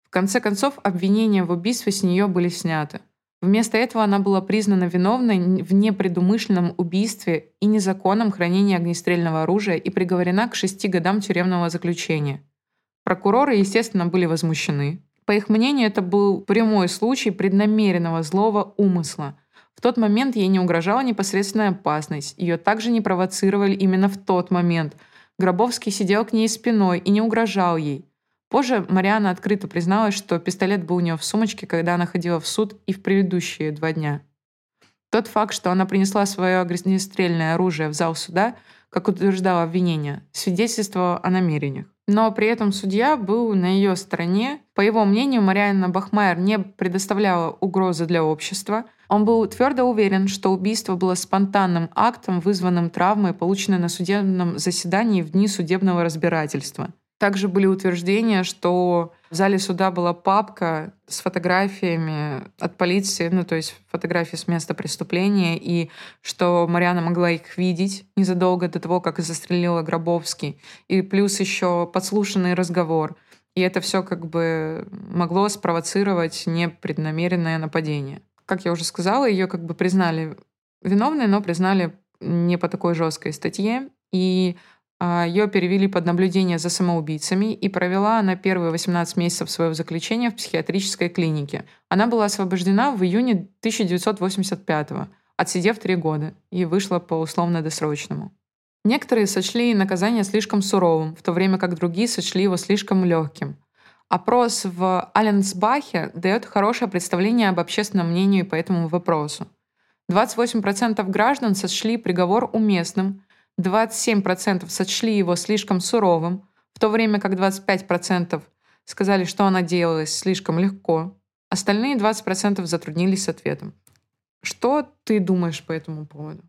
В конце концов, обвинения в убийстве с нее были сняты. Вместо этого она была признана виновной в непредумышленном убийстве и незаконном хранении огнестрельного оружия и приговорена к 6 годам тюремного заключения. Прокуроры, естественно, были возмущены. По их мнению, это был прямой случай преднамеренного злого умысла. В тот момент ей не угрожала непосредственная опасность. Ее также не провоцировали именно в тот момент. Гробовский сидел к ней спиной и не угрожал ей. Позже Марианна открыто призналась, что пистолет был у нее в сумочке, когда она ходила в суд и в предыдущие 2 дня. Тот факт, что она принесла свое огнестрельное оружие в зал суда, как утверждало обвинение, свидетельствовало о намерениях. Но при этом судья был на ее стороне. По его мнению, Марианна Бахмайер не предоставляла угрозы для общества. Он был твердо уверен, что убийство было спонтанным актом, вызванным травмой, полученной на судебном заседании в дни судебного разбирательства. Также были утверждения, что в зале суда была папка с фотографиями от полиции, то есть фотографии с места преступления, и что Марианна могла их видеть незадолго до того, как застрелила Гробовский. И плюс еще подслушанный разговор. И это все как бы могло спровоцировать непреднамеренное нападение. Как я уже сказала, ее как бы признали виновной, но признали не по такой жесткой статье. И ее перевели под наблюдение за самоубийцами, и провела она первые 18 месяцев своего заключения в психиатрической клинике. Она была освобождена в июне 1985-го, отсидев 3 года, и вышла по условно-досрочному. Некоторые сочли наказание слишком суровым, в то время как другие сочли его слишком легким. Опрос в Аленсбахе дает хорошее представление об общественном мнении по этому вопросу. 28% граждан сочли приговор уместным, 27% сочли его слишком суровым, в то время как 25% сказали, что она делалась слишком легко. Остальные 20% затруднились с ответом. Что ты думаешь по этому поводу?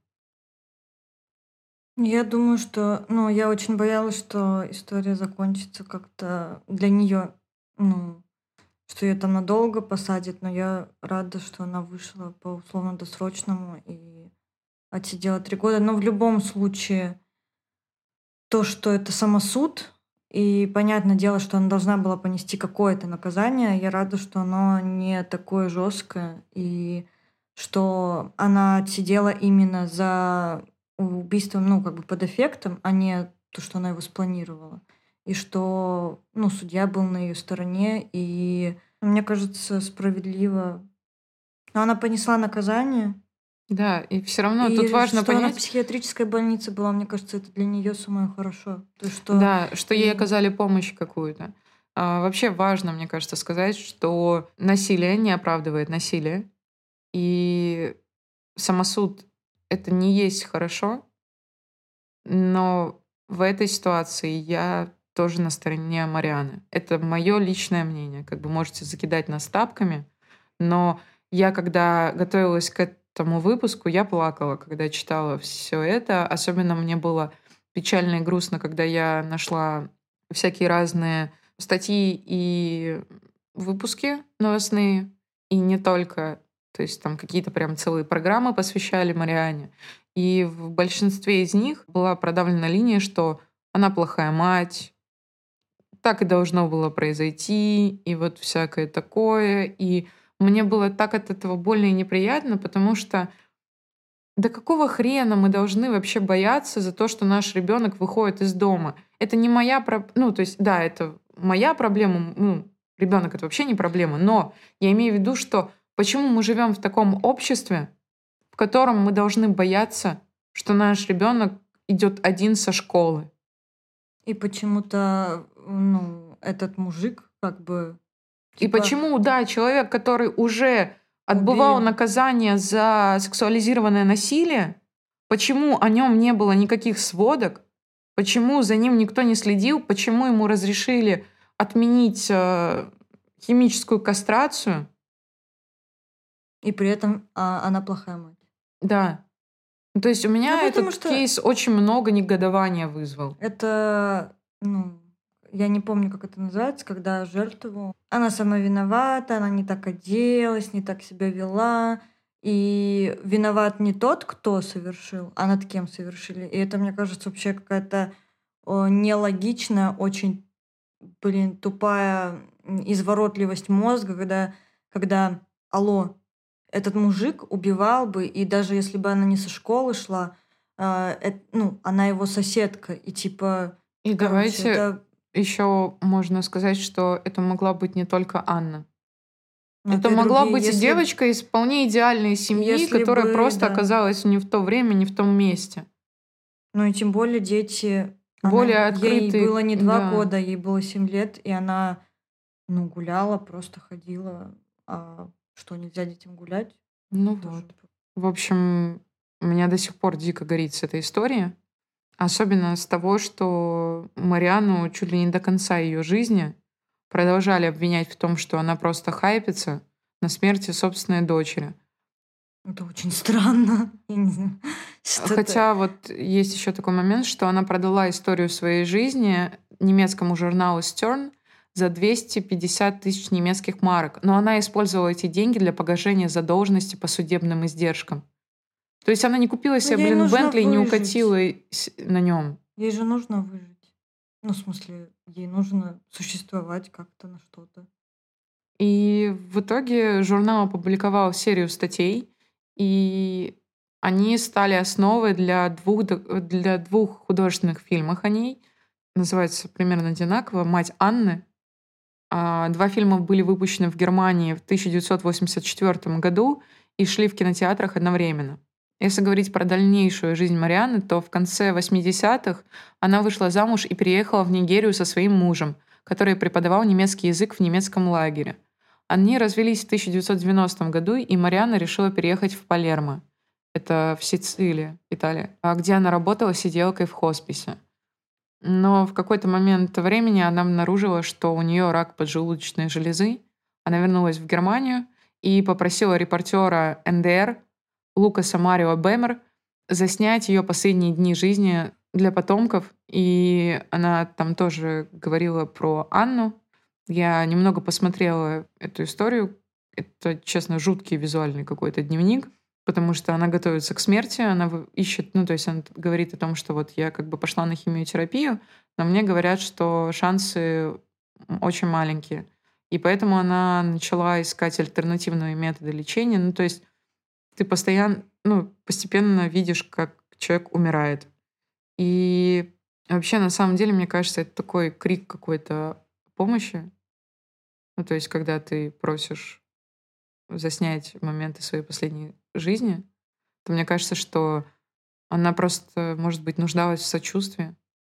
Я думаю, что, я очень боялась, что история закончится как-то для нее, что ее там надолго посадят, но я рада, что она вышла по условно-досрочному и отсидела 3 года. Но в любом случае, то, что это самосуд, и понятное дело, что она должна была понести какое-то наказание, я рада, что оно не такое жесткое, и что она отсидела именно за убийством, как бы под эффектом, а не то, что она его спланировала. И что, судья был на ее стороне, и мне кажется, справедливо. Но она понесла наказание, Да, и все равно тут и важно что она в понять, психиатрической больнице была, мне кажется, это для нее самое хорошо. То, есть, что да, что ей оказали помощь какую-то. Вообще важно, мне кажется, сказать, что насилие не оправдывает насилие, и самосуд это не есть хорошо, но в этой ситуации я тоже на стороне Марианы. Это мое личное мнение. Как бы можете закидать нас тапками, но я, когда готовилась к этому выпуску, я плакала, когда читала все это. Особенно мне было печально и грустно, когда я нашла всякие разные статьи и выпуски новостные, и не только. То есть там какие-то прям целые программы посвящали Мариане. И в большинстве из них была продавлена линия, что она плохая мать, так и должно было произойти, и вот всякое такое. И мне было так от этого больно и неприятно, потому что да какого хрена мы должны вообще бояться за то, что наш ребенок выходит из дома? Это не моя проблема. Ну, то есть, да, это моя проблема. Ребенок это вообще не проблема. Но я имею в виду, что почему мы живем в таком обществе, в котором мы должны бояться, что наш ребенок идет один со школы. И почему-то, этот мужик как бы И типа почему, да, человек, который уже отбывал убили. наказание за сексуализированное насилие, почему о нем не было никаких сводок, почему за ним никто не следил, почему ему разрешили отменить химическую кастрацию, И при этом она плохая мать. да. Ну, то есть у Ну, меня потому этот что кейс очень много негодования вызвал. это, я не помню, как это называется, когда жертву... Она сама виновата, она не так оделась, не так себя вела. И виноват не тот, кто совершил, а над кем совершили. И это, мне кажется, вообще какая-то нелогичная, очень, тупая изворотливость мозга, когда, алло, этот мужик убивал бы, и даже если бы она не со школы шла, ну, она его соседка, и типа, И короче, давайте это, еще можно сказать, что это могла быть не только Анна. ну, Это это и могла другие, быть и девочка из вполне идеальной семьи, если которая бы, просто да. оказалась не в то время, не в том месте. Ну и тем более дети, Более ей было открытые, не 2 да. года, ей было 7 лет, и она, ну, гуляла, просто ходила. А что, нельзя детям гулять? Ну Тоже. вот. В общем, у меня до сих пор дико горит с этой истории. Особенно с того, что Марианну чуть ли не до конца ее жизни продолжали обвинять в том, что она просто хайпится на смерти собственной дочери. Это очень странно. Я не знаю, что-то. Хотя вот есть еще такой момент, что она продала историю своей жизни немецкому журналу Stern за 250 тысяч немецких марок. Но она использовала эти деньги для погашения задолженности по судебным издержкам. То есть она не купила Ну, себе, ей блин, нужно Бентли и не выжить. укатила на нем. Ей же нужно выжить. Ну, в смысле, ей нужно существовать как-то на что-то. И в итоге журнал опубликовал серию статей, и они стали основой для двух художественных фильмов о ней. Называется примерно одинаково «Мать Анны». Два фильма были выпущены в Германии в 1984 году и шли в кинотеатрах одновременно. Если говорить про дальнейшую жизнь Марианны, то в конце 80-х она вышла замуж и переехала в Нигерию со своим мужем, который преподавал немецкий язык в немецком лагере. Они развелись в 1990 году, и Марианна решила переехать в Палермо. Это в Сицилии, Италия, где она работала сиделкой в хосписе. Но в какой-то момент времени она обнаружила, что у нее рак поджелудочной железы. Она вернулась в Германию и попросила репортера НДР Лукаса Марио Бемер заснять ее последние дни жизни для потомков. И она там тоже говорила про Анну. Я немного посмотрела эту историю. Это, честно, жуткий визуальный какой-то дневник, потому что она готовится к смерти, она ищет, ну, то есть она говорит о том, что вот я как бы пошла на химиотерапию, но мне говорят, что шансы очень маленькие. И поэтому она начала искать альтернативные методы лечения. Ну, то есть ты постоянно, ну, постепенно видишь, как человек умирает. И вообще, на самом деле, мне кажется, это такой крик какой-то помощи. Ну, то есть, когда ты просишь заснять моменты своей последней жизни, то мне кажется, что она просто, может быть, нуждалась в сочувствии.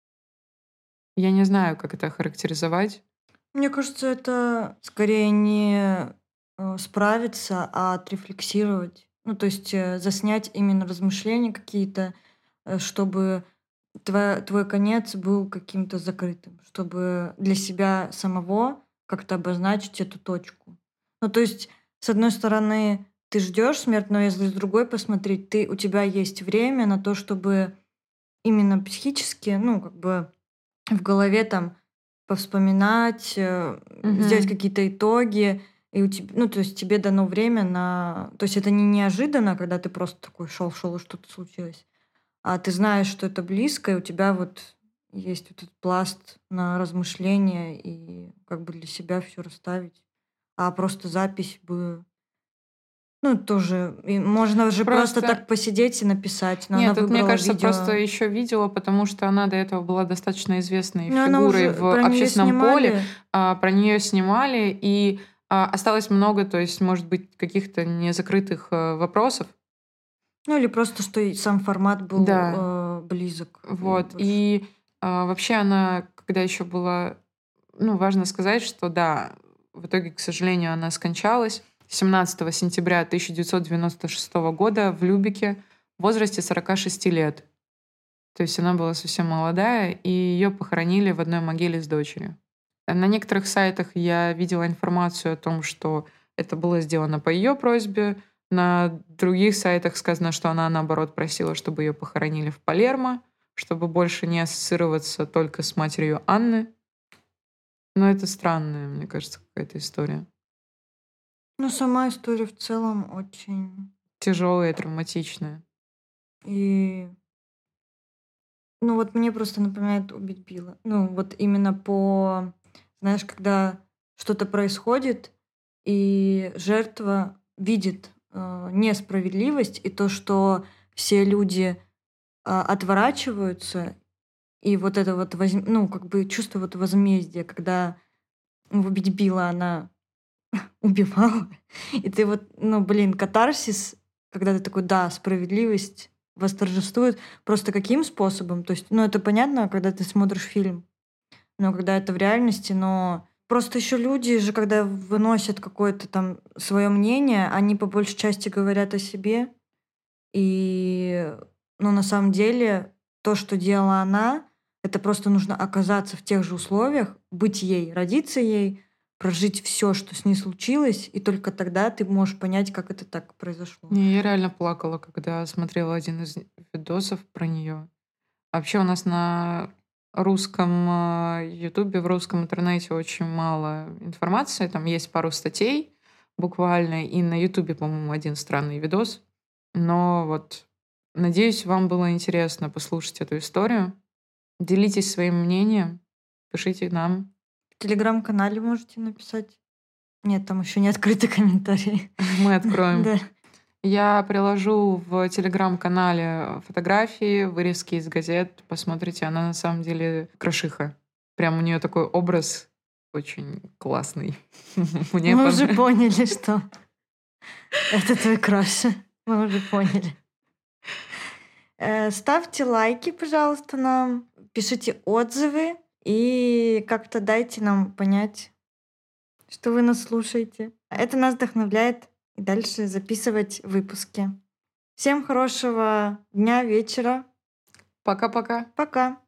Я не знаю, как это охарактеризовать. Мне кажется, это скорее не справиться, а отрефлексировать. Ну, то есть заснять именно размышления какие-то, чтобы твой конец был каким-то закрытым, чтобы для себя самого как-то обозначить эту точку. Ну, то есть, с одной стороны, ты ждешь смерть, но если с другой посмотреть, у тебя есть время на то, чтобы именно психически, ну, как бы в голове там повспоминать, сделать Мгм. какие-то итоги, и у тебя, ну, то есть тебе дано время то есть это не неожиданно, когда ты просто такой шел-шел и что-то случилось, а ты знаешь, что это близко, и у тебя вот есть вот этот пласт на размышления и как бы для себя все расставить. А просто запись бы, ну, тоже, и можно же просто Просто так посидеть и написать, но она нет, это, мне выбрала кажется, просто видео. еще видела, потому что она до этого была достаточно известной Ну, она фигурой уже в про нее общественном поле. снимали. Про нее снимали, и осталось много, то есть, может быть, каких-то незакрытых вопросов. Ну, или просто, что и сам формат был, Да, близок и вот. больше. И вообще она, когда еще была, ну, важно сказать, что да, в итоге, к сожалению, она скончалась 17 сентября 1996 года в Любике в возрасте 46 лет. То есть она была совсем молодая, и ее похоронили в одной могиле с дочерью. На некоторых сайтах я видела информацию о том, что это было сделано по ее просьбе. На других сайтах сказано, что она, наоборот, просила, чтобы ее похоронили в Палермо, чтобы больше не ассоциироваться только с матерью Анны. Но это странная, мне кажется, какая-то история. Ну, сама история в целом очень. Тяжелая, травматичная. И, ну, вот мне просто напоминает "Убить Билла". Ну, вот именно знаешь, когда что-то происходит, и жертва видит несправедливость и то, что все люди отворачиваются, и вот это вот ну, как бы чувство вот возмездия, когда убить Билла она убивала, и ты вот, ну, блин, катарсис, когда ты такой, да, справедливость восторжествует, просто каким способом? То есть, ну, это понятно, когда ты смотришь фильм, но когда это в реальности, но просто еще люди же, когда выносят какое-то там свое мнение, они по большей части говорят о себе. И, ну, на самом деле, то, что делала она, это просто нужно оказаться в тех же условиях, быть ей, родиться ей, прожить все, что с ней случилось, и только тогда ты можешь понять, как это так произошло. Не, я реально плакала, когда смотрела один из видосов про нее. Вообще у нас на русском Ютубе, в русском интернете очень мало информации. Там есть пару статей буквально. И на Ютубе, по-моему, один странный видос. Но вот надеюсь, вам было интересно послушать эту историю. Делитесь своим мнением, пишите нам. В телеграм-канале можете написать. Нет, там еще не открыты комментарии. Мы откроем. Да. Я приложу в телеграм-канале фотографии, вырезки из газет. Посмотрите, она на самом деле крошиха. Прям у нее такой образ очень классный. Мне Мы уже понравилось. поняли, что это твой краш. Мы уже поняли. Ставьте лайки, пожалуйста, нам. Пишите отзывы. И как-то дайте нам понять, что вы нас слушаете. Это нас вдохновляет и дальше записывать выпуски. Всем хорошего дня, вечера. Пока-пока. Пока.